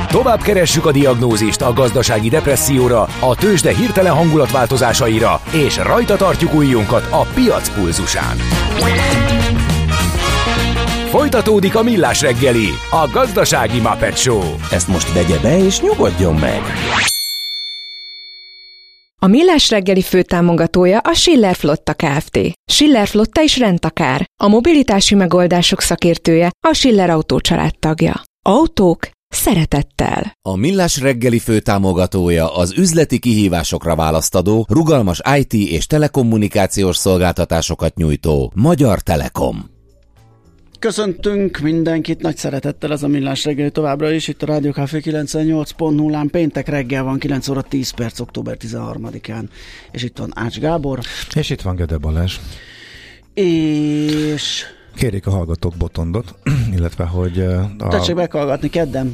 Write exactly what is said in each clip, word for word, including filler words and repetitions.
Tovább keressük a diagnózist a gazdasági depresszióra, a tőzsde hirtelen hangulatváltozásaira, és rajta tartjuk ujjunkat a piac pulzusán. Folytatódik a Millás reggeli, a gazdasági Muppet Show. Ezt most vegye be és nyugodjon meg! A Millás reggeli főtámogatója a Schiller Flotta Kft. Schiller Flotta is rendtakár. A mobilitási megoldások szakértője, a Schiller Autó család tagja. Autók szeretettel. A Millás reggeli főtámogatója az üzleti kihívásokra választadó, rugalmas i té és telekommunikációs szolgáltatásokat nyújtó Magyar Telekom. Köszöntünk mindenkit nagy szeretettel, ez a Millás reggeli továbbra is, itt a Rádió Café kilencvennyolc pont nullán, péntek reggel van, kilenc óra tíz perc, október tizenharmadikán, és itt van Ács Gábor. És itt van Gede Balázs. És... Kérik a hallgatók Botondot, illetve hogy... A... Tessék meghallgatni, kedden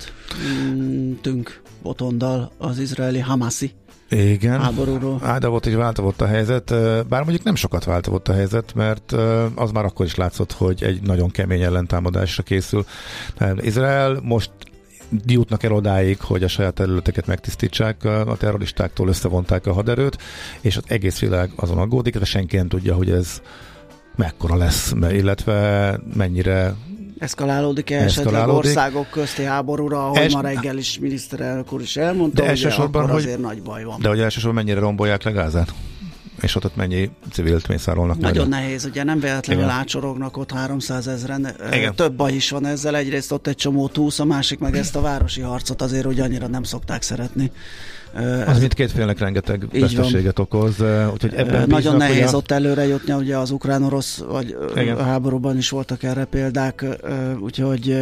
beszéltünk Botonddal az izraeli Hamasi Igen, háborúról. Á, de volt így változott a helyzet, bár mondjuk nem sokat változott a helyzet, mert az már akkor is látszott, hogy egy nagyon kemény ellentámadásra készül. Izrael most jutnak el odáig, hogy a saját területeket megtisztítsák, a terroristáktól összevonták a haderőt, és az egész világ azon aggódik, de senki nem tudja, hogy ez mekkora lesz, illetve mennyire eszkalálódik-e esetleg országok közti háborúra, ahogy es... ma reggel is miniszterelnök úr is elmondta, hogy akkor azért hogy... nagy baj van. De hogy elsősorban mennyire rombolják le Gázát? És ott, ott mennyi civilt mészárolnak? Nagyon majd nehéz, ugye nem véletlenül ácsorognak ott háromszázezren. Több baj is van ezzel, egyrészt ott egy csomó túsz, a másik meg ezt a városi harcot azért úgy annyira nem szokták szeretni. Az ez mindkét félnek rengeteg veszteséget okoz. Úgyhogy ebben nagyon bíznak, nehéz a... ott előre jutni, ugye az ukrán-orosz vagy a háborúban is voltak erre példák, úgyhogy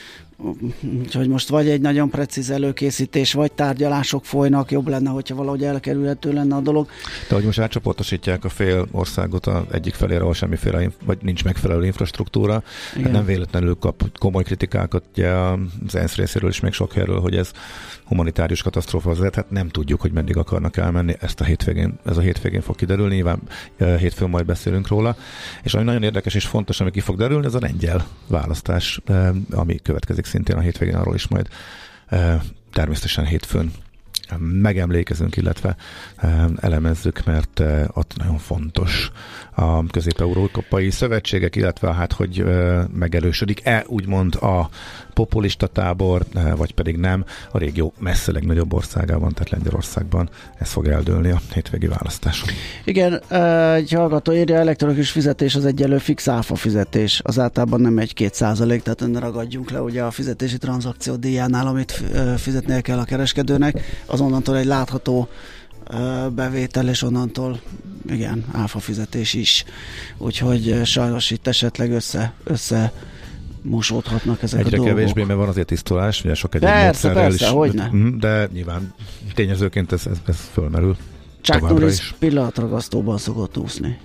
Úgyhogy most vagy egy nagyon precíz előkészítés, vagy tárgyalások folynak, jobb lenne, hogyha valahogy elkerülhető lenne a dolog. De hogy most átcsoportosítják a fél országot az egyik felére, ahol semmiféle, vagy nincs megfelelő infrastruktúra, hát nem véletlenül kap komoly kritikákat ugye az ENSZ részéről is még sok helyről, hogy ez humanitárius katasztrófa vezet, hát nem tudjuk, hogy meddig akarnak elmenni, ezt a hétvégén, ez a hétvégén fog kiderülni, nyilván hétfőn majd beszélünk róla, és ami nagyon érdekes és fontos, ami ki fog derülni, ez a lengyel választás, ami következik szintén a hétvégén, arról is majd természetesen hétfőn megemlékezünk, illetve elemezzük, mert ott nagyon fontos a közép-európai szövetségek, illetve hát, hogy megerősödik-e úgymond a populista tábor, vagy pedig nem. A régió messze legnagyobb országában, tehát Lengyelországban ez fog eldőlni a hétvégi választáson. Igen, egy hallgató írja, elektronikus fizetés az egyelő fix áfa fizetés. Az általában nem egy-két százalék, tehát önne ragadjunk le ugye a fizetési tranzakció díjánál, amit fizetnie kell a kereskedőnek. Az onnantól egy látható bevétel, és onnantól igen, áfa fizetés is. Úgyhogy sajnos itt esetleg össze, össze mosódhatnak ezek Egyre a dolgok. Egyre kevésbé, mert van azért tisztulás, ugye sok egyéb persze, módszerrel persze, is. Hogyne. De nyilván tényezőként ez, ez, ez fölmerül. Chuck Norris pillanatragasztóban szokott úszni.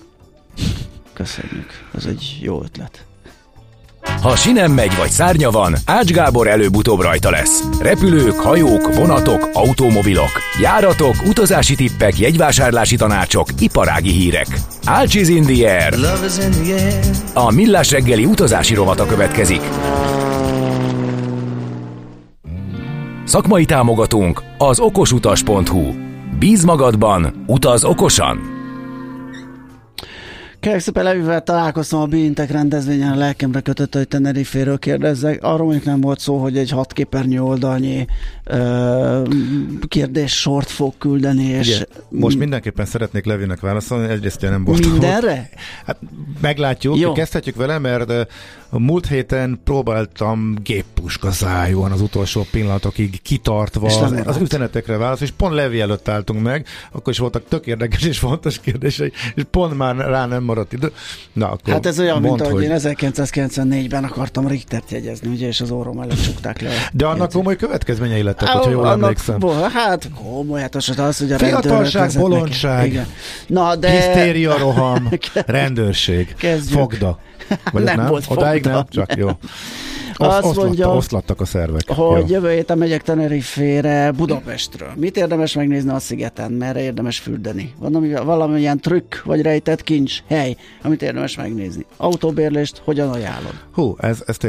Köszönjük. Ez egy jó ötlet. Ha sinem megy vagy szárnya van, Ács Gábor előbb-utóbb rajta lesz. Repülők, hajók, vonatok, automobilok, járatok, utazási tippek, jegyvásárlási tanácsok, iparági hírek. Ács is in the air. A Millás reggeli utazási rovata következik. Szakmai támogatónk az okosutas pont hu. Bíz magadban, utaz okosan! Kérlek szépen, Levivel találkoztam a Beintek rendezvényen, a lelkemre kötött, hogy Teneriféről kérdezzek. Arról még nem volt szó, hogy egy hat képernyő oldalnyi ö, kérdés sort fog küldeni. És ugye, most mindenképpen szeretnék Levinek válaszolni, egyrészt nem volt. Mindenre? Hát meglátjuk, jó. Kezdhetjük vele, mert a múlt héten próbáltam géppuska zájúan az utolsó pillanatokig kitartva az, az üzenetekre válasz, és pont Levi előtt álltunk meg, akkor is voltak tök érdekes és fontos kérdései, és pont már rá nem maradt idő. Na, akkor hát ez olyan, mondd, mint ahogy hogy... én ezerkilencszázkilencvennégyben akartam Richtert jegyezni, ugye, és az orrom előtt csukták le. De annak komoly következményei lettek, hogyha jól annak, emlékszem. Bo, hát komoly, hát az, hogy a fiatalság, bolondság, de... hisztéria, roham, rendőrség, kezdjük. Fogda. Vagy nem, nem volt odáig fogda. nem? Csak jó. Azt Oszlatta, mondja, oszlattak a szervek. hogy jó. Jövő héten megyek Tenerifére Budapestről. Mit érdemes megnézni a szigeten? Merre érdemes fürdeni? Van valamilyen trükk, vagy rejtett kincs, hely, amit érdemes megnézni? Autóbérlést hogyan ajánlod? Hú, ez, ez tényleg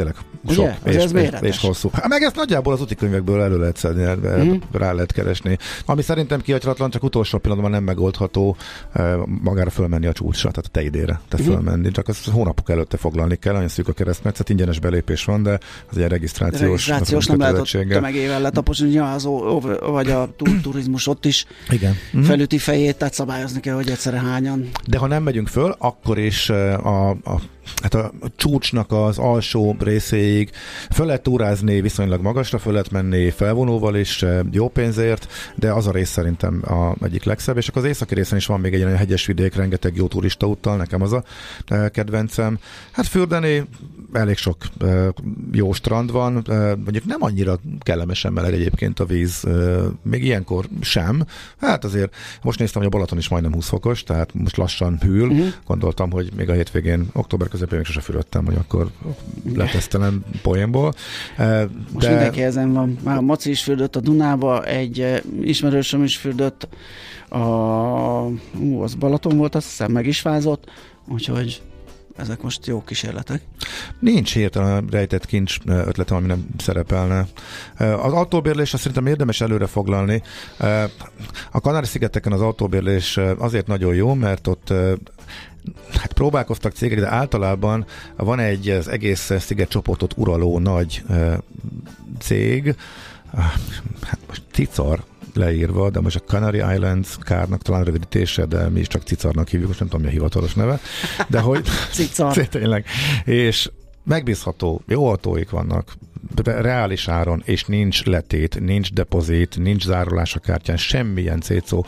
Sok, és, és, és, és hosszú. Hát meg ezt nagyjából az útikönyvekből elő lehet szedni, mm. rá lehet keresni. Ami szerintem kihagyhatatlan, csak utolsó pillanatban nem megoldható magára fölmenni a csúcsra, tehát a teidére, tehát mm. fölmenni. Csak az hónapok előtte foglalni kell, nagyon szűk a keresztmetszet, ingyenes belépés van, de az egy regisztrációs, regisztrációs nem lehet ott tömegével letaposni, az vagy a turizmus ott is igen. felüti fejét, tehát szabályozni kell, hogy egyszerre hányan. De ha nem megyünk föl, akkor is a, a hát a csúcsnak az alsó részéig föl lehet túrázni, viszonylag magasra föl lehet menni felvonóval is jó pénzért, de az a rész szerintem a egyik legszebb, és akkor az északi részen is van még egy olyan hegyes vidék, rengeteg jó turista úttal, nekem az a kedvencem. Hát fürdeni, elég sok jó strand van, mondjuk nem annyira kellemesen meleg egyébként a víz, még ilyenkor sem. Hát azért most néztem, hogy a Balaton is majdnem húsz fokos, tehát most lassan hűl. Uh-huh. Gondoltam, hogy még a hétvégén, október közepén még sose fürödtem, hogy akkor letesztelem poénból. De... Most mindenki ezen van. Már a Maci is fürdött a Dunába, egy ismerősöm is fürdött, a, ú, az Balaton volt, azt hiszem meg is fázott, úgyhogy ezek most jó kísérletek. Nincs hirtelen rejtett kincs ötletem, ami nem szerepelne. Az autóbérlésre szerintem érdemes előre foglalni. A Kanári-szigeteken az autóbérlés azért nagyon jó, mert ott hát próbálkoztak cégek, de általában van egy az egész szigetcsoportot uraló nagy cég, hát most Cicar leírva, de most a Canary Islands kárnak talán rövidítése, de mi is csak Cicarnak hívjuk, most nem tudom, mi a hivatalos neve, de hogy Cicar. Tényleg. És megbízható, jó autóik vannak, reális áron, és nincs letét, nincs depozit, nincs zárulás a kártyán, semmilyen cécó,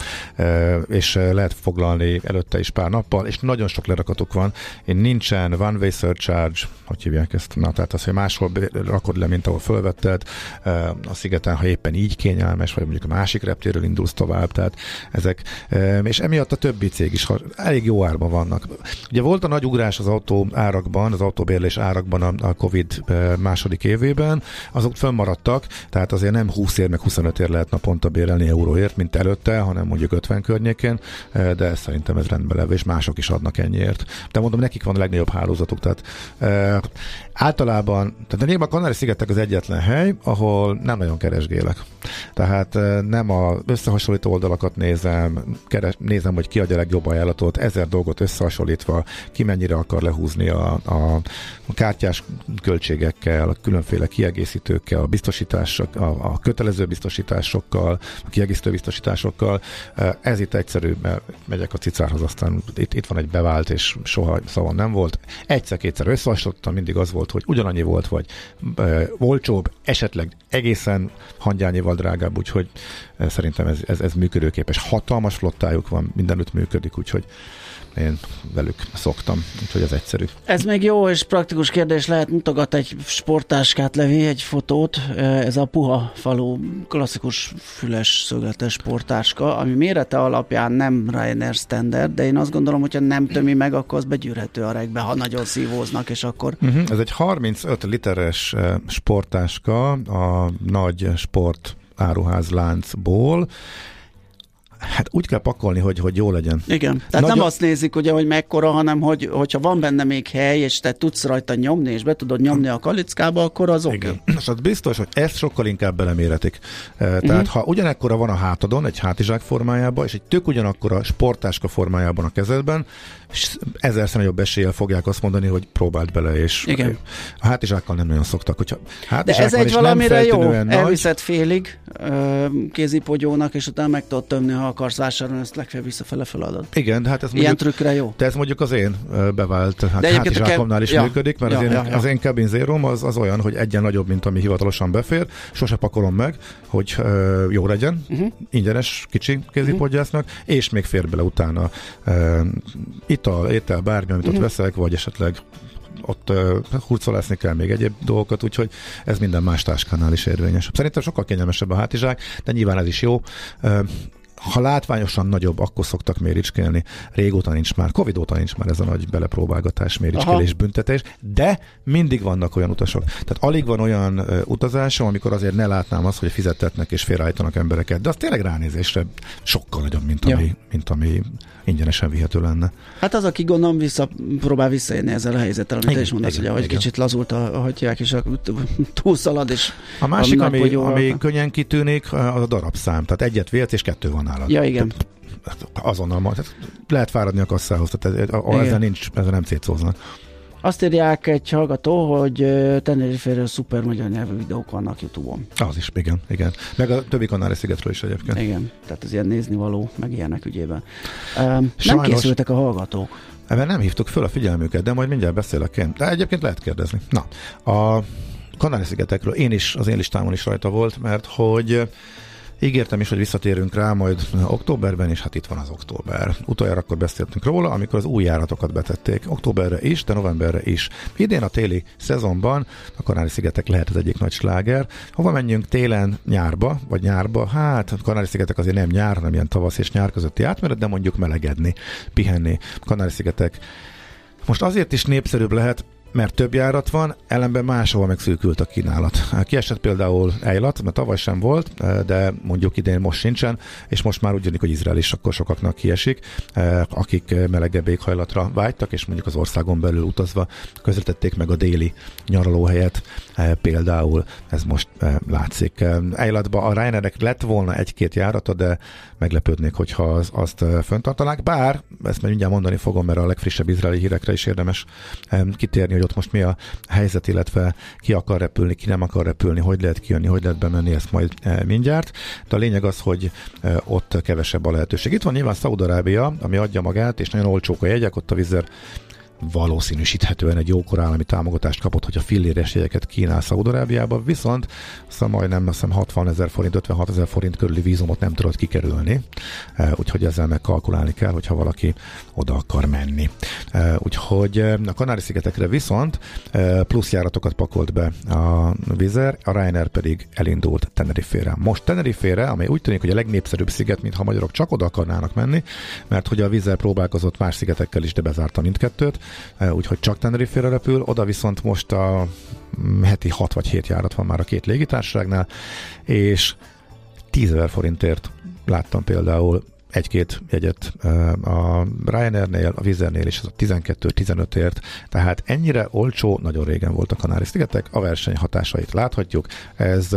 és lehet foglalni előtte is pár nappal, és nagyon sok lerakatuk van, és nincsen one-way surcharge, hogy hívják ezt? Na, tehát az, hogy máshol rakod le, mint ahol fölvetted, a szigeten, ha éppen így kényelmes, vagy mondjuk a másik reptéről indulsz tovább, tehát ezek, és emiatt a többi cég is elég jó árban vannak. Ugye volt a nagy ugrás az autó árakban, az autóbérlés árakban a Covid második évében, azok fönnmaradtak, tehát azért nem húsz ér, meg huszonöt ér lehet naponta bérelni euróért, mint előtte, hanem mondjuk ötven környékén, de szerintem ez rendben levő, és mások is adnak ennyiért. De mondom, nekik van a legnagyobb hálózatuk, tehát e, általában, tehát nyilván a Kanári-szigetek az egyetlen hely, ahol nem nagyon keresgélek. Tehát e, nem az összehasonlító oldalakat nézem, keres, nézem, hogy ki adja a legjobb ajánlatot, ezer dolgot összehasonlítva, ki mennyire akar lehúzni a, a, a kártyás költségekkel, a különféle kiegészítőkkel, a biztosítások, a, a kötelező biztosításokkal, a kiegészítő biztosításokkal. Ez itt egyszerű, mert megyek a Cicárhoz, aztán itt, itt van egy bevált, és soha szavam nem volt. Egyszer-kétszer összehasonlítottam, mindig az volt, hogy ugyanannyi volt, vagy e, olcsóbb, esetleg egészen hangyányival drágább, úgyhogy e, szerintem ez, ez, ez működőképes. Hatalmas flottájuk van, mindenütt működik, úgyhogy én velük szoktam, úgyhogy ez egyszerű. Ez még jó és praktikus kérdés lehet, mutogat egy sporttáskát, Levi, egy fotót, ez a Puha falu klasszikus füles szögletes sporttáska, ami mérete alapján nem Ryanair standard, de én azt gondolom, hogyha nem tömi meg, akkor az begyűrhető a regbe, ha nagyon szívóznak, és akkor... Uh-huh. Ez egy harmincöt literes sporttáska a nagy sport áruház láncból. Hát úgy kell pakolni, hogy, hogy jó legyen. Igen. Tehát Nagyon... nem azt nézik, ugye, hogy mekkora, hanem hogy, hogyha van benne még hely, és te tudsz rajta nyomni, és be tudod nyomni a kalickába, akkor az oké. Okay. És az biztos, hogy ezt sokkal inkább beleméretik. Tehát uh-huh. ha ugyanekkora van a hátadon, egy hátizsák formájában, és egy tök ugyanakkora sporttáska formájában a kezedben, és ezerszer nagyobb eséllyel fogják azt mondani, hogy próbáld bele, és igen. a hátizsákkal nem nagyon szoktak. Hogyha de ez egy valamire jó, elviszed félig kézipogyónak, és utána meg tudod tömni, ha akarsz vásárolni, ezt legfeljebb visszafele feladod. Igen, de hát ez ilyen mondjuk, trükkre jó. De ez mondjuk az én bevált hát hátizsákomnál is ja, működik, mert ja, az, én, ja, ja. az én Cabin Zero-m az, az olyan, hogy egyen nagyobb, mint ami hivatalosan befér, sose pakolom meg, hogy uh, jó legyen, uh-huh. ingyenes kicsi kézipodgyásznak, uh-huh. és még fér bele utána uh, ital, étel, bármi, amit uh-huh. ott veszek, vagy esetleg ott uh, hurcolászni kell még egyéb dolgokat, úgyhogy ez minden más táskánál is érvényes. Szerintem sokkal kényelmesebb a hátizsák, de nyilván ez is jó. Uh, ha látványosan nagyobb, akkor szoktak méricskélni. Régóta nincs már, Covid óta nincs már ez a nagy belepróbálgatás, méricskélés, büntetés, de mindig vannak olyan utasok. Tehát alig van olyan uh, utazásom, amikor azért ne látnám azt, hogy fizettetnek és félreállítanak embereket, de az tényleg ránézésre sokkal nagyobb, mint ami, ja. mint ami ingyenesen vihető lenne. Hát az, aki gondolom vissza, próbál visszaérni ezzel a helyzettel, amit te is mondasz, hogy ahogy kicsit lazult, ahogy és túlszalad, és a másik, ami, ami könnyen kitűnik, az a darabszám. Tehát egyet vélt, és kettő van nálad. Ja, igen. Azonnal lehet fáradni a kasszához, tehát ezzel, nincs, ezzel nem szétszóznak. Azt írják egy hallgató, hogy Teneriféről szuper magyar nyelvű videók vannak YouTube-on. Az is, igen, igen. Meg a többi Kanári-szigetről is egyébként. Igen, tehát ez ilyen néznivaló, meg ilyenek ügyében. Um, nem készültek a hallgatók. Ebben nem hívtuk föl a figyelmüket, de majd mindjárt beszélek én. De egyébként lehet kérdezni. Na, a Kanári-szigetekről én is, az én listámon is rajta volt, mert hogy ígértem is, hogy visszatérünk rá majd októberben, és hát itt van az október. Utoljára akkor beszéltünk róla, amikor az új járatokat betették. Októberre is, de novemberre is. Idén a téli szezonban a Kanári-szigetek lehet az egyik nagy sláger. Hova menjünk télen, nyárba, vagy nyárba? Hát a Kanári-szigetek azért nem nyár, hanem ilyen tavasz és nyár közötti átmenet, de mondjuk melegedni, pihenni. Kanári-szigetek most azért is népszerűbb lehet, mert több járat van, ellenben máshol megszűkült a kínálat. Kiesett például Eilat, mert tavaly sem volt, de mondjuk idén most sincsen, és most már úgy tűnik, hogy Izrael is akkor sokaknak kiesik, akik melegebb éghajlatra vágytak, és mondjuk az országon belül utazva közvetették meg a déli nyaralóhelyet, például ez most látszik. Eilatban a Ryanairnek lett volna egy-két járata, de meglepődnék, hogyha az, azt föntartanák, bár ezt már mindjárt mondani fogom, mert a legfrissebb izraeli hírekre is érdemes kitérni, hogy ott most mi a helyzet, illetve ki akar repülni, ki nem akar repülni, hogy lehet kijönni, hogy lehet bemenni, ezt majd mindjárt. De a lényeg az, hogy ott kevesebb a lehetőség. Itt van nyilván Szaúd-Arábia, ami adja magát, és nagyon olcsók a jegyek, ott a Wizz Air valószínűsíthetően egy jókor állami támogatást kapott, hogy a filléres jegyeket kínál Szaúd-Arábiába, viszont aztán majdnem azt hiszem hatvanezer forint, ötvenhat ezer forint körüli vízumot nem tudod kikerülni, úgyhogy ezzel megkalkulálni kell, hogyha valaki oda akar menni. Úgyhogy a Kanári-szigetekre viszont plusz járatokat pakolt be a Wizz Air, a Ryanair pedig elindult Tenerifére. Most Tenerifére, amely úgy tűnik, hogy a legnépszerűbb sziget, mintha magyarok csak oda akarnának menni, mert hogy a Wizz Air próbálkozott más szigetekkel is, de bezárta mindkettőt, úgyhogy csak Tenerifére repül, oda viszont most a heti hat vagy hét járat van már a két légitársaságnál, és tízezer forintért láttam például egy-két jegyet a Ryanairnél, a Wizz Airnél is, az a tizenkettő-tizenötért, tehát ennyire olcsó, nagyon régen volt a Kanári-szigetek, a verseny hatásait láthatjuk, ez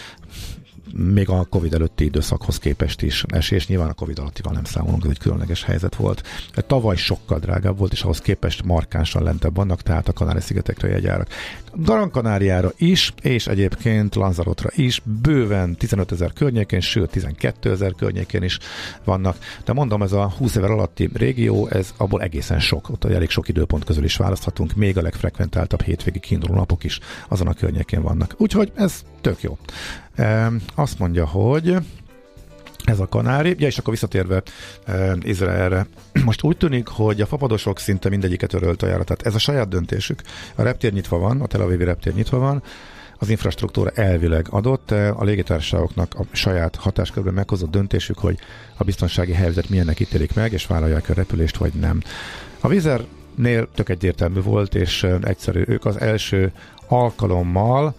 még a Covid előtti időszakhoz képest is esés, nyilván a Covid alattival nem számolunk, ez egy különleges helyzet volt. Tavaly sokkal drágább volt, és ahhoz képest markánsan lentebb vannak, tehát a Kanári-szigetekre jegyárak. Gran Canariára is, és egyébként Lanzarote-ra is bőven tizenötezer környékén, sőt tizenkétezer környékén is vannak. De mondom, ez a húsz év alatti régió, ez abból egészen sok, ott elég sok időpont közül is választhatunk, még a legfrekventáltabb hétvégi kiinduló napok is azon a környékén vannak. Úgyhogy ez tök jó. E, azt mondja, hogy ez a Kanári, ja, és akkor visszatérve e, Izraelre. Most úgy tűnik, hogy a fapadosok szinte mindegyiket örölt a járatát. Ez a saját döntésük. A reptér nyitva van, a Tel Avivi reptér nyitva van, az infrastruktúra elvileg adott, a légitársaságoknak a saját hatáskörben meghozott döntésük, hogy a biztonsági helyzet milyennek ítélik meg, és vállalják a repülést, vagy nem. A Wizz Airnél tök egyértelmű volt, és egyszerű. Ők az első alkalommal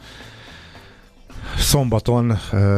szombaton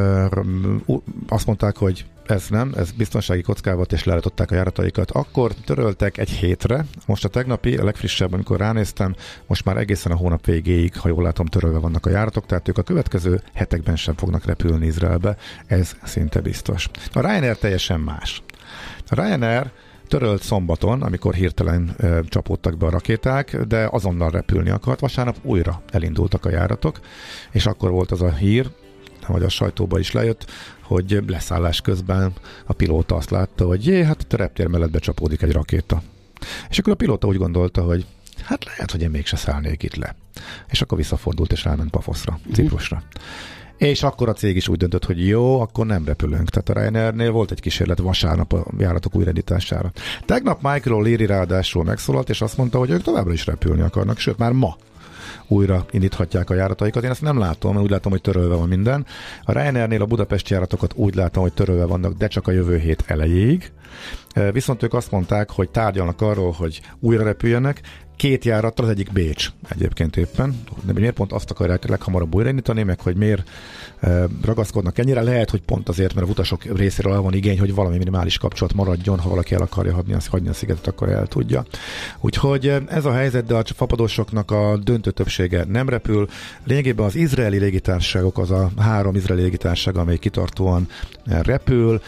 azt mondták, hogy ez nem, ez biztonsági kocká volt, és leállították a járataikat. Akkor töröltek egy hétre, most a tegnapi, a legfrissebb, amikor ránéztem, most már egészen a hónap végéig, ha jól látom, törölve vannak a járatok, tehát ők a következő hetekben sem fognak repülni Izraelbe, ez szinte biztos. A Ryanair teljesen más. A Ryanair törölt szombaton, amikor hirtelen e, csapódtak be a rakéták, de azonnal repülni akart. Vasárnap újra elindultak a járatok, és akkor volt az a hír, vagy a sajtóba is lejött, hogy leszállás közben a pilóta azt látta, hogy jé, hát itt a reptér mellett becsapódik egy rakéta. És akkor a pilóta úgy gondolta, hogy hát lehet, hogy én mégse szállnék itt le. És akkor visszafordult és ráment Pafoszra, Ciprusra. És akkor a cég is úgy döntött, hogy jó, akkor nem repülünk. Tehát a Ryanairnél volt egy kísérlet vasárnap a járatok újraindítására. Tegnap Michael O'Leary ráadásul megszólalt, és azt mondta, hogy ők továbbra is repülni akarnak, sőt már ma újra indíthatják a járataikat. Én ezt nem látom, úgy látom, hogy törölve van minden. A Ryanairnél a budapesti járatokat úgy látom, hogy törölve vannak, de csak a jövő hét elejéig. Viszont ők azt mondták, hogy tárgyalnak arról, hogy újra repüljenek. Két járatra, az egyik Bécs egyébként éppen. De miért pont azt akarják leghamarabb újraindítani, meg hogy miért e, ragaszkodnak ennyire. Lehet, hogy pont azért, mert a utasok részéről van igény, hogy valami minimális kapcsolat maradjon, ha valaki el akarja hagyni, azt hagyni a szigetet, akkor el tudja. Úgyhogy ez a helyzet, de a fapadosoknak a döntő többsége nem repül. Lényegében az izraeli légitársaságok, az a három izraeli légitársaság, amely kitartóan repül.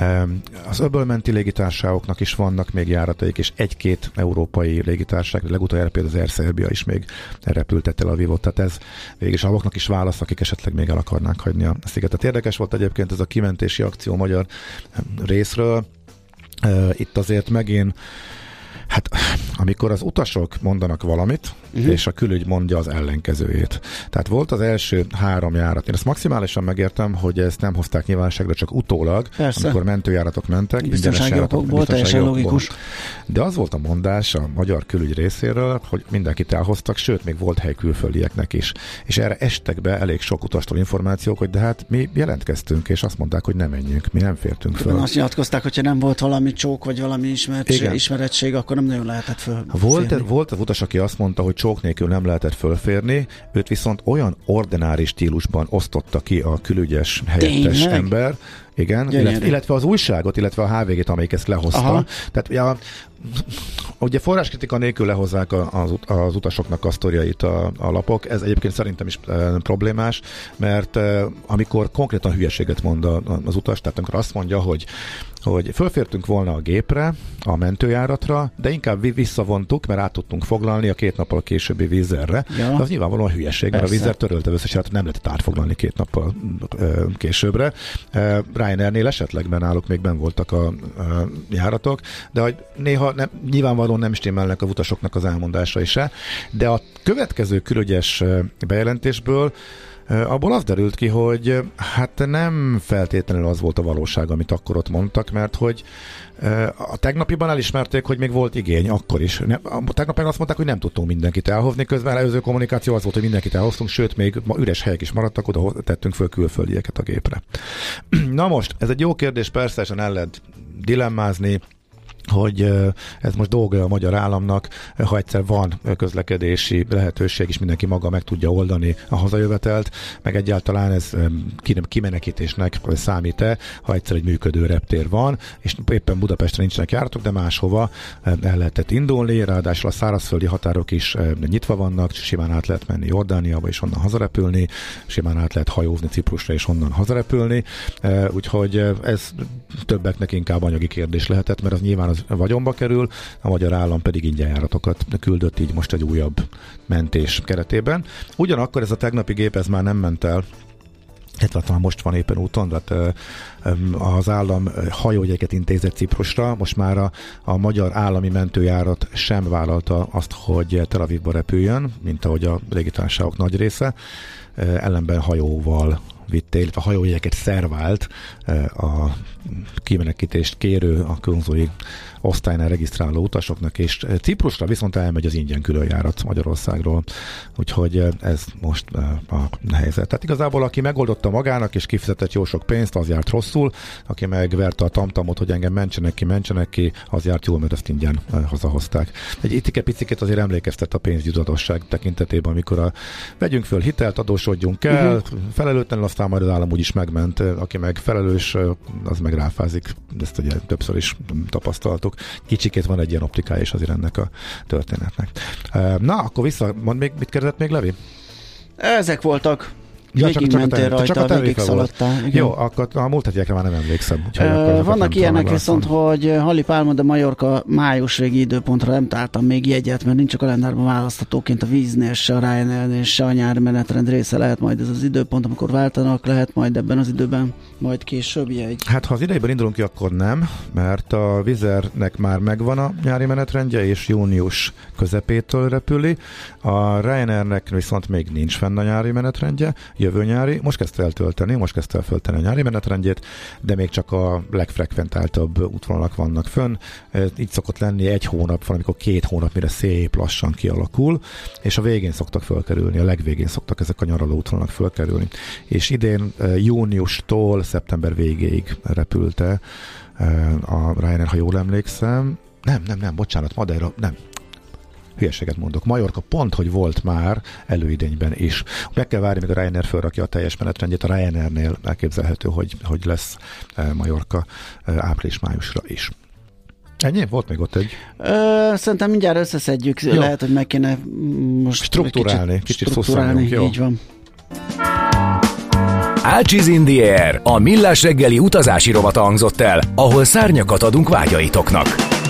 Az öbölmenti légitársaságoknak is vannak még járataik, és egy-két európai légitársaság, legutóbb például az Air Serbia is még repült Tel Avivot, tehát ez végig azoknak is válasz, akik esetleg még el akarnák hagyni a szigetet. Érdekes volt egyébként ez a kimentési akció magyar részről. Itt azért megint hát amikor az utasok mondanak valamit, uh-huh. és a külügy mondja az ellenkezőjét. Tehát volt az első három járat. Én ezt maximálisan megértem, hogy ezt nem hozták nyilvánosságra, csak utólag, persze. amikor mentőjáratok mentek. Biztonsági okokból, teljesen logikus. De az volt a mondás a magyar külügy részéről, hogy mindenkit elhoztak, sőt, még volt hely külföldieknek is. És erre estek be elég sok utastól információk, hogy de hát mi jelentkeztünk, és azt mondták, hogy nem menjünk, mi nem fértünk föl. Azt nyilatkozták, hogyha nem volt valami csók, vagy valami ismertség, ismerettség, akkor nem nagyon lehetett föl. Volt, volt az utas, aki azt mondta, hogy csók nélkül nem lehetett fölférni, őt viszont olyan ordinári stílusban osztotta ki a külügyes helyettes Tényleg? ember, igen, illetve, illetve az újságot, illetve a há vé gét, amelyik ezt lehozta. Aha. Tehát ja, ugye forráskritika nélkül lehozzák az, az utasoknak a sztoriait a, a lapok. Ez egyébként szerintem is e, problémás, mert e, amikor konkrétan hülyeséget mond a, az utas, tehát amikor azt mondja, hogy hogy fölfértünk volna a gépre, a mentőjáratra, de inkább visszavontuk, mert át tudtunk foglalni a két nappal későbbi Wizzerre. Ja. De az nyilvánvalóan hülyeség, mert Persze. a Wizz Air törölte összes járatot, nem lehetett átfoglalni két nappal ö, későbbre. Uh, Ryanairnél esetleg náluk még benn voltak a, a járatok, de hogy néha nem, nyilvánvalóan nem stimmelnek a utasoknak az elmondásai se, de a következő külügyes bejelentésből abból az derült ki, hogy hát nem feltétlenül az volt a valóság, amit akkor ott mondtak, mert hogy a tegnapiban elismerték, hogy még volt igény, akkor is. A tegnap azt mondták, hogy nem tudtunk mindenkit elhozni, közben előző kommunikáció az volt, hogy mindenkit elhoztunk, sőt, még üres helyek is maradtak, oda tettünk föl külföldieket a gépre. Na most, ez egy jó kérdés, persze, el lehet dilemmázni, hogy ez most dolga a magyar államnak, ha egyszer van közlekedési lehetőség, és mindenki maga meg tudja oldani a hazajövetelt, meg egyáltalán ez kimenekítésnek számít-e, ha egyszer egy működő reptér van, és éppen Budapesten nincsenek járatok, de máshova el lehetett indulni, ráadásul a szárazföldi határok is nyitva vannak, simán át lehet menni Jordániába, és onnan hazarepülni, simán át lehet hajózni Ciprusra, és onnan hazarepülni, úgyhogy ez többeknek inkább anyagi kérdés lehetett, mert az nyilván az vagyonba kerül, a magyar állam pedig ingyen járatokat küldött így most egy újabb mentés keretében. Ugyanakkor ez a tegnapi gép ez már nem ment el, illetve talán most van éppen úton, tehát az állam hajójegyeket intézett Ciprusra, most már a, a magyar állami mentőjárat sem vállalta azt, hogy Tel Avivba repüljön, mint ahogy a légitársaságok nagy része, ellenben hajóval vittél, illetve a hajójegyeket szervált a kimenekítést kérő, a különböző osztálynál regisztráló utasoknak, és Ciprusra viszont elmegy az ingyen különjárat Magyarországról, úgyhogy ez most a helyzet. Tehát igazából aki megoldotta magának, és kifizetett jó sok pénzt, az járt rosszul, aki megverte a tamtamot, hogy engem mentsenek ki, mentsenek ki, az járt jól, mert ezt ingyen hazahozták. Egy itike-picikét azért emlékeztet a pénzügyi adósság tekintetében, amikor a, vegyünk föl hitelt, adósodjunk el, uh-huh. felelőtlenül, aztán majd az állam úgyis megment, aki meg felelős, az meg ráfázik, ezt ugye többször is tapasztaltuk. Kicsikét van egy ilyen optikája is azért ennek a történetnek. Na, akkor vissza, mondd még, mit kérdezett még Levi? Ezek voltak. Ja, csak, csak, mentél rajta, csak a termékre volt. Jó, akkor a múlt hetiekre már nem emlékszem. Ö, vannak ilyenek viszont, hogy Halli Pálma de Majorka május végi időpontra nem találtam még jegyet, mert nincs a kalendárban választhatóként a Víznél, se a Ryanairnél, se a nyári menetrend része, lehet majd ez az időpont, amikor váltanak, lehet majd ebben az időben majd később jegy. Hát ha az idejében indulunk ki, akkor nem, mert a Wizz Airnek már megvan a nyári menetrendje, és június közepétől repüli. A Ryanairnek viszont még nincs fenn a nyári menetrendje. jövő nyári. Most kezdte el tölteni, most kezdte el föltenni a nyári menetrendjét, de még csak a legfrekventáltabb útvonalak vannak fönn. Így szokott lenni egy hónap, valamikor két hónap, mire szép lassan kialakul, és a végén szoktak fölkerülni, a legvégén szoktak ezek a nyaraló útvonalak fölkerülni. És idén júniustól szeptember végéig repülte a Ryanair, ha jól emlékszem. Nem, nem, nem, bocsánat, Madeira, nem. Hülyeséget mondok. Majorka pont, hogy volt már előidényben is. Meg kell várni, még a Ryanair fölrakja a teljes menetrendjét. A Ryanairnél elképzelhető, hogy, hogy lesz Majorka április-májusra is. Ennyi? Volt még ott egy? Ö, szerintem mindjárt összeszedjük. Jó. Lehet, hogy meg kéne most strukturálni. Kicsit, kicsit strukturálni. Jó. Így van. Ácsiz in the Air, a millás reggeli utazási rovata hangzott el, ahol szárnyakat adunk vágyaitoknak.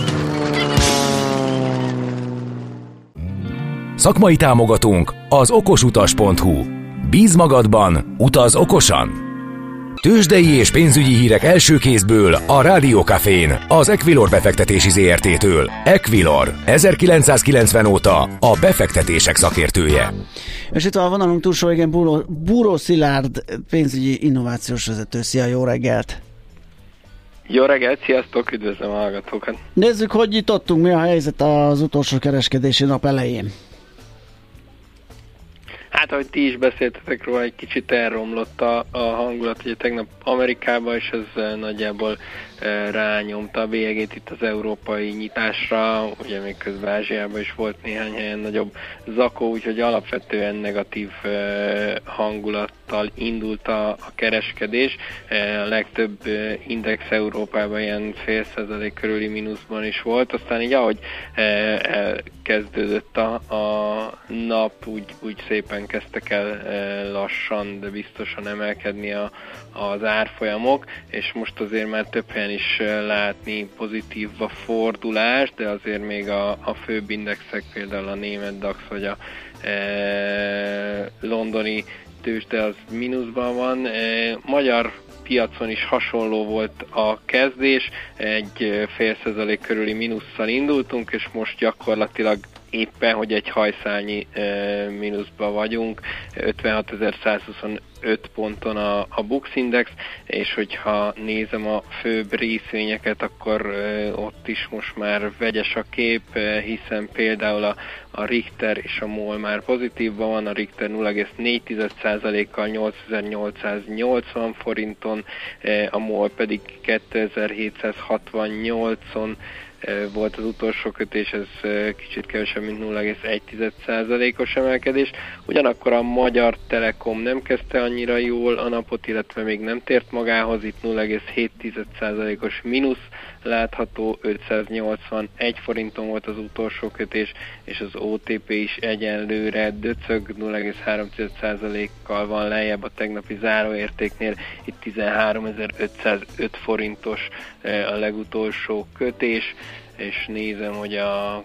Szakmai támogatónk az okosutas pont hu. Bíz magadban, utaz okosan! Tőzsdei és pénzügyi hírek első kézből a Rádió Cafén, az Equilor befektetési zé er té-től. Equilor, ezerkilencszázkilencven óta a befektetések szakértője. És itt van a vonalunk túlsó, igen, Búró, Búró Szilárd, pénzügyi innovációs vezető. Szia, jó reggelt! Jó reggelt, sziasztok, üdvözlöm a hallgatókat! Nézzük, hogy nyitottunk, mi a helyzet az utolsó kereskedési nap elején. Hát, ahogy ti is beszéltetek róla, egy kicsit elromlott a, a hangulat, ugye tegnap Amerikában, és ez nagyjából e, rányomta a bélyegét itt az európai nyitásra, ugye még közben Ázsiában is volt néhány helyen nagyobb zakó, úgyhogy alapvetően negatív e, hangulattal indult a, a kereskedés. E, a legtöbb e, index Európában ilyen fél százalék körüli mínuszban is volt, aztán így ahogy e, kezdődött a, a nap, úgy, úgy szépen kezdtek el e, lassan, de biztosan emelkedni a, az árfolyamok, és most azért már több helyen is látni pozitív a fordulás, de azért még a, a főbb indexek, például a német DAX vagy a e, londoni tőzsde az mínuszban van. E, magyar piacon is hasonló volt a kezdés, egy fél százalék körüli mínusszal indultunk, és most gyakorlatilag éppen, hogy egy hajszálnyi e, mínuszban vagyunk, ötvenhatezer-százhuszonöt ponton a, a Bux Index, és hogyha nézem a főbb részvényeket, akkor e, ott is most már vegyes a kép, e, hiszen például a, a Richter és a MOL már pozitívban van, a Richter nulla egész négy százalékkal nyolcezer-nyolcszáznyolcvan forinton, e, a MOL pedig kétezer-hétszázhatvannyolcon volt az utolsó kötés, ez kicsit kevesebb, mint nulla egész egy százalékos emelkedés. Ugyanakkor a Magyar Telekom nem kezdte annyira jól a napot, illetve még nem tért magához, itt nulla egész hét százalékos mínusz látható, ötszáznyolcvanegy forinton volt az utolsó kötés, és az o té pé is egyenlőre döcög, nulla egész három százalékkal van lejjebb a tegnapi záróértéknél, itt tizenháromezer-ötszázöt forintos a legutolsó kötés, és nézem, hogy a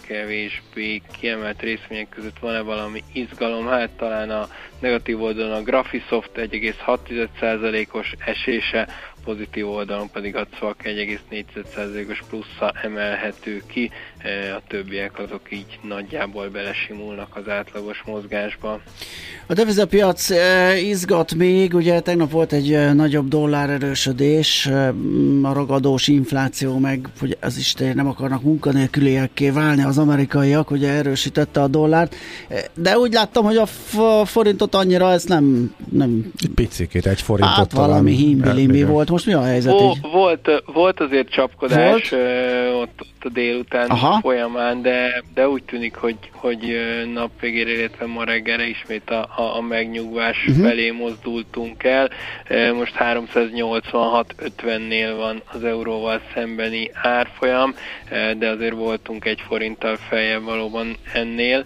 kevésbé kiemelt részvények között van-e valami izgalom, hát talán a negatív oldalon a Graphisoft egy egész hat százalékos esése, pozitív oldalon pedig a cé á ká egy egész négy százalékos plusszal emelhető ki, a többiek azok így nagyjából belesimulnak az átlagos mozgásba. A devizapiac e, izgat még, ugye tegnap volt egy e, nagyobb dollárerősödés, e, a ragadós infláció, meg hogy az is nem akarnak munkanélküliekké válni az amerikaiak, ugye erősítette a dollárt, e, de úgy láttam, hogy a f- forintot annyira ez nem... nem picikét, egy forintot hát talán. valami himbi-limbi volt. Most mi a helyzet Ó, így? Volt, volt azért csapkodás volt? Ö, ott, ott a délután Aha. folyamán, de, de úgy tűnik, hogy, hogy nap végére, illetve ma reggelre ismét a, a, a megnyugvás uh-huh. felé mozdultunk el. Most háromszáznyolcvanhat ötvennél van az euróval szembeni árfolyam, de azért voltunk egy forinttal feljebb valóban ennél.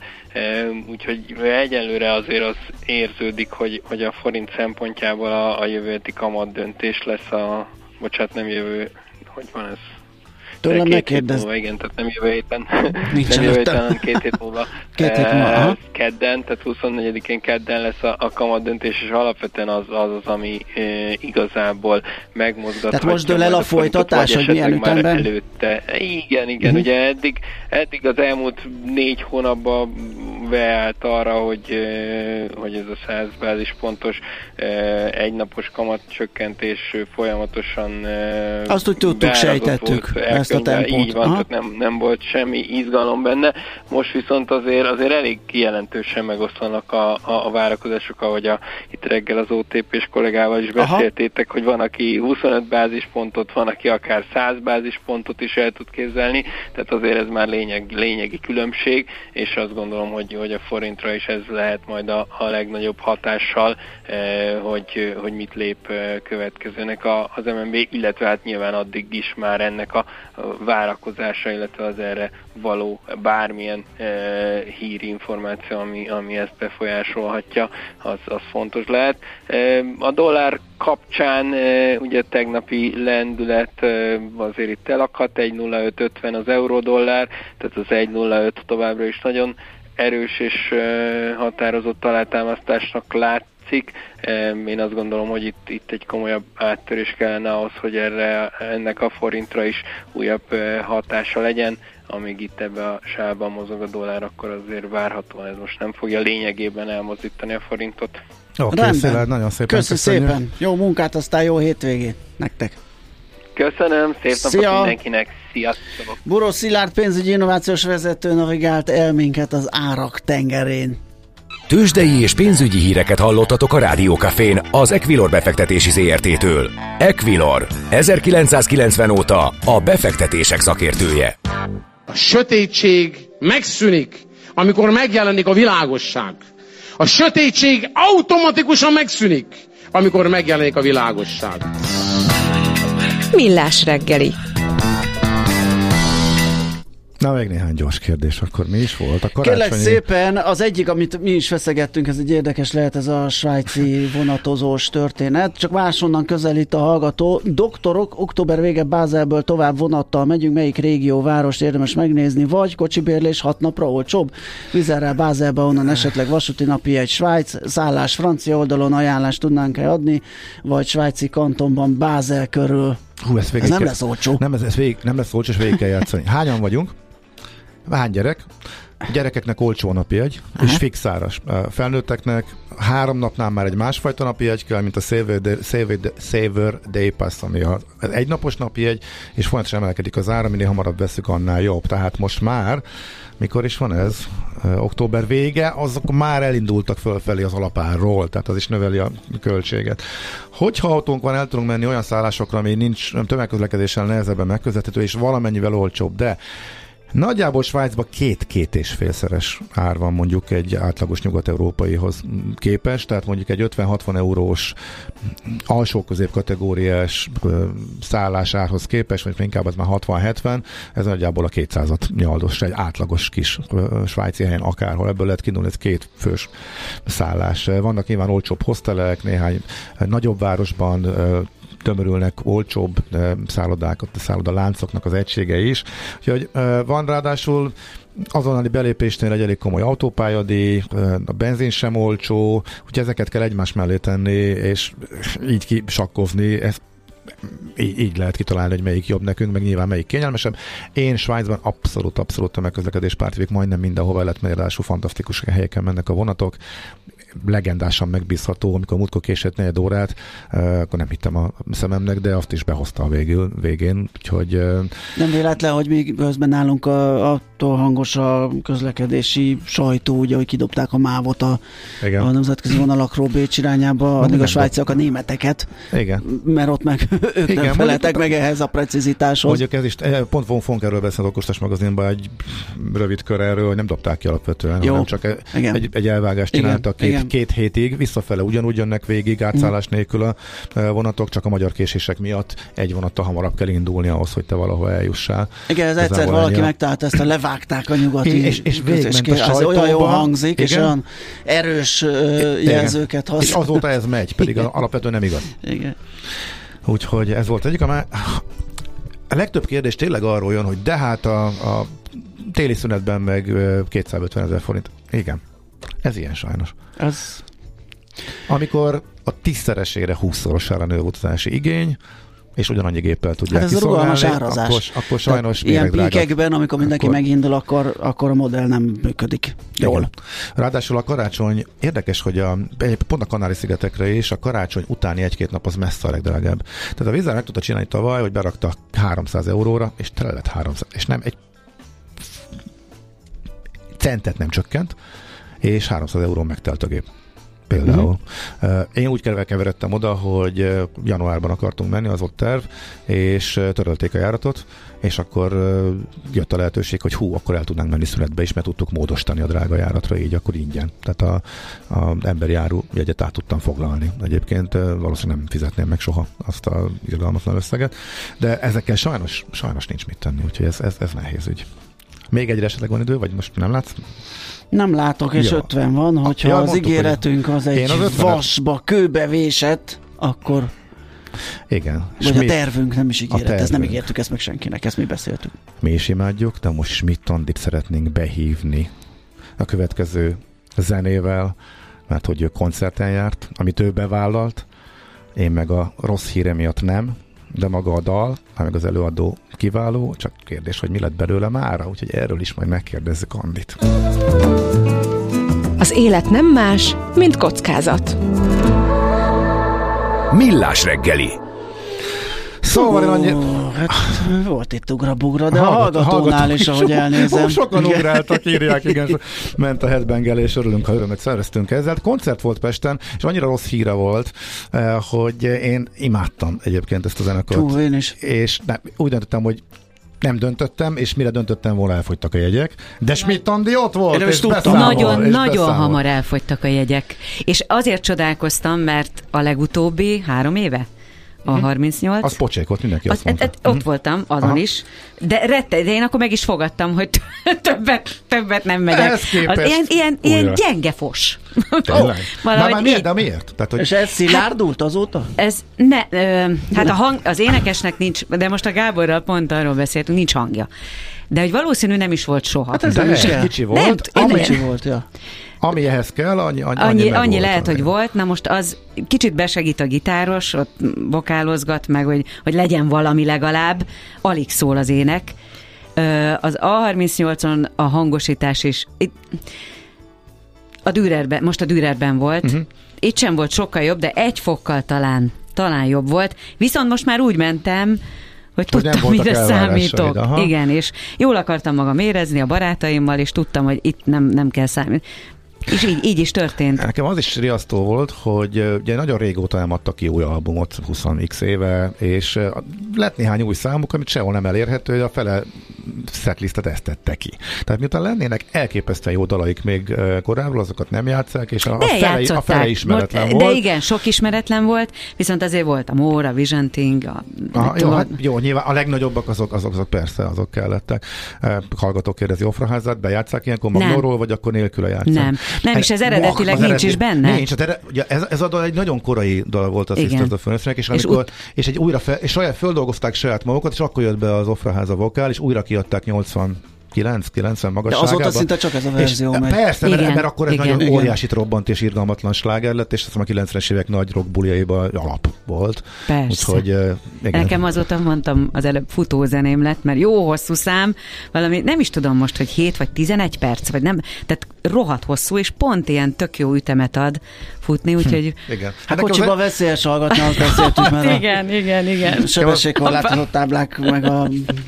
Úgyhogy egyenlőre azért az érződik, hogy, hogy a forint szempontjából a, a jövő heti kamat döntés lesz a, bocsánat, nem jövő, hogy van ez? Tőlem ne kérdezz. Igen, tehát nem jövő héten, Nincs nem jövő héten, hanem két hét múlva. Két hét múlva, aha. Kedden, tehát huszonnegyedikén kedden lesz a, a kamat döntés, és alapvetően az az, az ami e, igazából megmozgathatja. Tehát most dől el a, a folytatás, hogy milyen ütemben? Előtte. Igen, igen, uh-huh. ugye eddig, eddig az elmúlt négy hónapban beállt arra, hogy, hogy ez a száz bázispontos egynapos kamatcsökkentés folyamatosan azt úgy tudtuk, sejtettük ezt a tempót. Így van, tehát nem, nem volt semmi izgalom benne. Most viszont azért, azért elég kijelentősen megoszlanak a, a, a várakozások, ahogy a, itt reggel az o té pés kollégával is beszéltétek, aha, hogy van, aki huszonöt bázispontot, van, aki akár száz bázispontot is el tud képzelni, tehát azért ez már lényeg, lényegi különbség, és azt gondolom, hogy, hogy a forintra is ez lehet majd a, a legnagyobb hatással, eh, hogy, hogy mit lép eh, következőnek a, az em en bé, illetve hát nyilván addig is már ennek a várakozása, illetve az erre való bármilyen e, hírinformáció, ami, ami ezt befolyásolhatja, az, az fontos lehet. E, a dollár kapcsán e, ugye tegnapi lendület e, azért itt elakad, egy nulla öt ötven az euró-dollár, tehát az egy nulla öt továbbra is nagyon erős és e, határozott alátámasztásnak lát. Én azt gondolom, hogy itt, itt egy komolyabb áttörés kellene ahhoz, hogy erre, ennek a forintra is újabb hatása legyen. Amíg itt ebbe a sávban mozog a dollár, akkor azért várhatóan ez most nem fogja lényegében elmozdítani a forintot. Oké, okay, Szilárd, nagyon szépen köszönjük. szépen. Jó munkát, aztán jó hétvégét nektek. Köszönöm, szép Szia. napot mindenkinek. Sziasztok! Buró Szilárd pénzügyi innovációs vezető navigált el minket az árak tengerén. Tőzsdei és pénzügyi híreket hallottatok a Rádió Cafén az Equilor befektetési zé er té-től. Equilor, ezerkilencszázkilencven óta a befektetések szakértője. A sötétség megszűnik, amikor megjelenik a világosság. A sötétség automatikusan megszűnik, amikor megjelenik a világosság. Millás reggeli. Na, még néhány gyors kérdés, akkor mi is volt? A karácsonyi... Kérlek szépen, az egyik, amit mi is feszegettünk, ez egy érdekes lehet, ez a svájci vonatozós történet, csak máshonnan közelít a hallgató. Doktorok, október vége Bázelből tovább vonattal megyünk, melyik régió, várost érdemes megnézni, vagy kocsibérlés hat napra olcsóbb, Vizerrel Bázelbe, onnan esetleg vasúti napi egy Svájc, szállás francia oldalon, ajánlást tudnánk-e adni, vagy svájci kantonban Bázel körül. Hú, ez, ez nem kell... lesz olcsó. Nem, ez, ez végig, nem lesz olcsó, és végig kell játszani. Hányan vagyunk? Hány gyerek? A gyerekeknek olcsó napi egy, aha, és fix áras. Felnőtteknek három napnál már egy másfajta napi egy kell, mint a Saver Day, Saver Day, Saver Day Pass, ami az egynapos napi egy, és folyamatosan emelkedik az ára, minél hamarabb veszük, annál jobb. Tehát most már, mikor is van ez? Október vége, azok már elindultak fölfelé az alapárról, tehát az is növeli a költséget. Hogyha autónk van, el tudunk menni olyan szállásokra, ami nincs tömegközlekedéssel nehezebben megközelíthető, és valamennyivel olcsóbb, de nagyjából Svájcban két-két és félszeres ár van mondjuk egy átlagos nyugat-európaihoz képest, tehát mondjuk egy ötven-hatvan eurós alsó-közép kategóriás szállásárhoz képest, vagy inkább az már hatvan-hetven, ez nagyjából a kétszázat nyaldos, egy átlagos kis svájci helyen akárhol, ebből lehet kiindulni, ez két fős szállás. Vannak nyilván olcsóbb hostelek, néhány nagyobb városban tömörülnek olcsóbb szállodákat, a szállodaláncoknak az egysége is. Úgyhogy van ráadásul azonnali belépésnél egy elég komoly autópályadíj, a benzin sem olcsó, úgyhogy ezeket kell egymás mellé tenni, és így kisakkozni, ezt így, így lehet kitalálni, hogy melyik jobb nekünk, meg nyilván melyik kényelmesebb. Én Svájcban abszolút, abszolút tömegközlekedés pártvég, majdnem mindenhova lehet menni, ráadásul fantasztikus helyeken mennek a vonatok, legendásan megbízható, amikor múltkor késett negyed órát, akkor nem hittem a szememnek, de azt is behozta a végül, végén, úgyhogy... Nem véletlen, hogy még közben nálunk a, attól hangos a közlekedési sajtó, ugye, hogy kidobták a mávot a, a nemzetközi vonalakról Bécs irányába, addig a svájciak a németeket, igen, mert ott meg ők igen, nem feleltek meg ehhez a precizitáshoz. Mondjuk ez is, pont von Fonk erről beszélt a Okostas magazinban egy rövid kör erről, hogy nem dobták ki alapvetően, jó, hanem csak egy, egy elvágást csináltak két, két hétig, visszafele ugyanúgy jönnek végig, átszállás nélkül a vonatok, csak a magyar késések miatt egy vonattal hamarabb kell indulni ahhoz, hogy te valahol eljussál. Igen, ez egyszer valaki megtalálta ezt, a levágták a nyugati és, és végigment a sajtóba. Olyan jól hangzik, igen, és olyan erős uh, jelzőket használ. És azóta ez megy, pedig igen, alapvetően nem igaz. Igen. Úgyhogy ez volt egyik. A, má... a legtöbb kérdés tényleg arról jön, hogy de hát a, a téli szünetben meg kétszázötven ezer forint. Igen. Ez ilyen sajnos. Ez... Amikor a tízszeresére, húszszorosára nő utazási igény, és ugyanannyi géppel tudják hát ez kiszolgálni, rugalmas árazás. akkor, akkor sajnos ilyen píkekben, amikor mindenki akkor... megindul, akkor, akkor a modell nem működik jól. Igen. Ráadásul a karácsony, érdekes, hogy a, pont a Kanári-szigetekre is a karácsony utáni egy-két nap az messze a legdrágább. Tehát a Vízár meg tudta csinálni tavaly, hogy berakta háromszáz euróra, és tele lett háromszáz, és nem egy centet nem csökkent, és háromszáz euró megtelt a gép. Például. Uh-huh. Én úgy keveredtem oda, hogy januárban akartunk menni, az volt terv, és törölték a járatot, és akkor jött a lehetőség, hogy hú, akkor el tudnánk menni szünetbe is, mert tudtuk módosítani a drága járatra, így akkor ingyen. Tehát a, a emberi áru jegyet át tudtam foglalni. Egyébként valószínűleg nem fizetném meg soha azt a irgalmatlan összeget, de ezekkel sajnos, sajnos nincs mit tenni, úgyhogy ez, ez, ez nehéz ügy. Még egyre esetleg van idő, vagy most nem látsz? Nem látok, és ja. ötven van, hogyha ja, az mondtuk, ígéretünk az egy az vasba, kőbe vésett, akkor... Igen. Vagy a tervünk nem is ígéret, ezt nem ígértük ezt meg senkinek, ezt mi beszéltük. Mi is imádjuk, de most Schmidt-Andit szeretnénk behívni a következő zenével, mert hogy ő koncerten járt, amit ő bevállalt, én meg a rossz híre miatt nem, de maga a dal, meg az előadó kiváló, csak kérdés, hogy mi lett belőle mára, úgyhogy erről is majd megkérdezzük Andit. Az élet nem más, mint kockázat. Millás reggeli. Szóval én annyi... Hát, volt itt ugra-bugra, de a hallgatónál is, ahogy elnézem. Sokan ugráltak, írják, igen, ment a headbangelés, örülünk, ha örömet szereztünk ezzel. Koncert volt Pesten, és annyira rossz híre volt, hogy én imádtam egyébként ezt a zenekart. Hú, én is. És nem, úgy döntöttem, hogy nem döntöttem, és mire döntöttem volna, elfogytak a jegyek. De Schmidt-Andi ott volt, és beszámol. Nagyon, és nagyon beszámol. hamar elfogytak a jegyek. És azért csodálkoztam, mert a legutóbbi három éve, a harmincnyolc. Az pocsékot, mindenki azt az, mondta. et, et, ott voltam, azon Aha. is. De rette, de én akkor meg is fogadtam, hogy többet, többet nem megyek. Ez képest. Az ilyen, ilyen, ilyen gyenge fos. Tényleg? Na, már miért, de miért? Tehát, hogy... És ez szilárdult azóta? Ez ne, ö, hát a hang, az énekesnek nincs, de most a Gáborral pont arról beszéltünk, nincs hangja. De hogy valószínű nem is volt soha. Hát ez nem is kicsi volt. Nem, ami kicsi volt, ja. Ami ehhez kell, annyi, annyi, annyi, annyi, annyi lehet, hogy volt. Na most az kicsit besegít a gitáros, ott vokálozgat meg, hogy, hogy legyen valami legalább. Alig szól az ének. Az á harmincnyolcon a hangosítás is... Itt, a Dürerben, most a Dürerben volt. Uh-huh. Itt sem volt sokkal jobb, de egy fokkal talán, talán jobb volt. Viszont most már úgy mentem, hogy, hogy tudtam, mire számítok. Igen, és jól akartam magam érezni a barátaimmal, és tudtam, hogy itt nem, nem kell számítani. És így, így is történt. Nekem az is riasztó volt, hogy ugye nagyon régóta nem adtak ki új albumot, húsz x éve, és lett néhány új számuk, amit sehol nem elérhető, hogy a fele setlistet ezt tette ki. Tehát miután lennének elképesztően jó dalaik még korábban, azokat nem játsszák, és a, a, fele, a fele ismeretlen Most, volt. De igen, sok ismeretlen volt, viszont azért volt a Móra, a Visionting, a... Aha, jó, hát, jó, nyilván a legnagyobbak azok, azok, azok persze, azok kellettek. Hallgatók kérdezi Ofraházát, bejátsszák ilyenkor magnóról, vagy akkor nélküle játszák? Nem. Nem, és ez eredetileg nincs is benne. Nincs, de ugye ez, ez a dal egy nagyon korai dal volt a Sisters of Furnace-nek, és, amikor, és, ut- és egy újra fel, és saját földolgozták saját magukat, és akkor jött be az Ofraháza vokál, és újra kiadták nyolcvankilenc kilencven magasságában. De azóta szinte csak ez a verzió megy. Persze, igen, mert, mert akkor ez igen, nagyon igen. óriásit robbant és irgalmatlan sláger lett, és azt hiszem a kilencvenes évek nagy rock buliaiban alap volt. Persze. Úgyhogy, igen. Nekem azóta mondtam, az előbb futózeném lett, mert jó hosszú szám, valami, nem is tudom most, hogy hét vagy tizenegy perc, vagy nem, tehát rohadt hosszú, és pont ilyen tök jó ütemet ad futni, úgyhogy... Hm, igen. Hát kocsiba az... veszélyes hallgatni, azt beszéltük, mert a... igen, igen, igen. Sebességkorlátozott táblák, meg a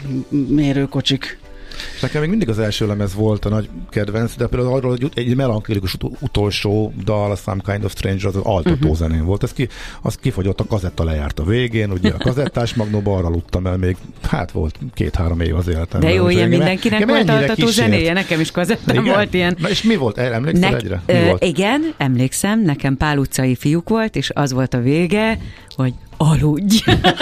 mérőkocsik. Nekem még mindig az első lemez volt a nagy kedvenc, de például arról egy melankolikus ut- utolsó dal, a Some Kind of Stranger, az altató uh-huh. zenén volt. Ez ki, az kifogyott, a kazetta lejárt a végén, ugye a kazettás magnóba arra luttam el még, hát volt két-három év az életemben. De jó, ilyen engem, mindenkinek engem volt altató kísért. Zenéje, nekem is kazettám volt ilyen. Na és mi volt? Emlékszel ne- egyre? Mi ö, volt? Igen, emlékszem, nekem Pál utcai fiúk volt, és az volt a vége, hogy aludj.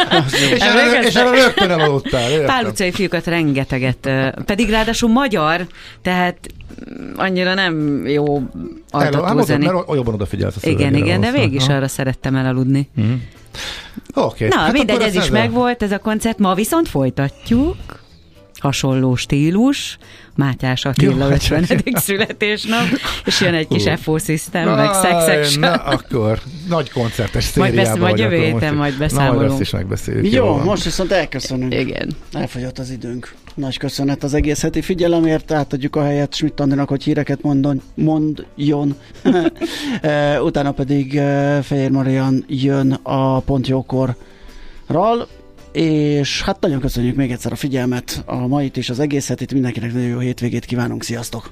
és erre, és erre rögtön elaludtál. Értem. Pál utcai fiúkat rengeteget, pedig ráadásul magyar, tehát annyira nem jó altató zeni. Mert jobban odafigyelsz a szövegére. Igen, igen, de végig is arra szerettem elaludni. Mm. Okay. Na, hát mindegy, ez is megvolt, ez a koncert. Ma viszont folytatjuk. hasonló stílus, Mátyás Attila ötvenedik születésnap, és jön egy kis F O System, meg Sex Na, akkor nagy koncertes szériában. Majd, majd jövő héten majd beszámolunk. Na, majd ezt is megbeszéljük. Jó, jó most viszont elköszönünk. Igen. Elfogyott az időnk. Nagy köszönet az egész heti figyelemért, átadjuk a helyet Schmidt Andinak, hogy híreket mondon, mondjon. Utána pedig Fejér Marian jön a Pont Jókorral, és hát nagyon köszönjük még egyszer a figyelmet, a mait és az egész hetit, mindenkinek nagyon jó hétvégét kívánunk, sziasztok!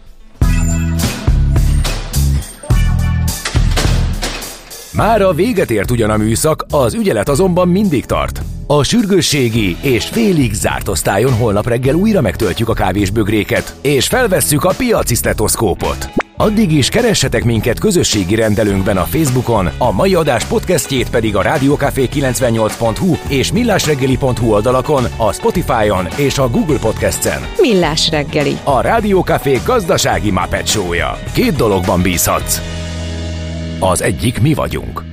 Mára véget ért ugyan a műszak, az ügyelet azonban mindig tart. A sürgősségi és félig zárt osztályon holnap reggel újra megtöltjük a kávésbögréket, és felvesszük a piaci sztetoszkópot. Addig is keressetek minket közösségi rendelőnkben a Facebookon, a mai adás podcastjét pedig a rádiókafé kilencvennyolc pont hu és millásreggeli pont hu oldalakon, a Spotify-on és a Google Podcast-en. Millás reggeli. A Rádiókafé gazdasági Muppet Show-ja. Két dologban bízhatsz. Az egyik mi vagyunk.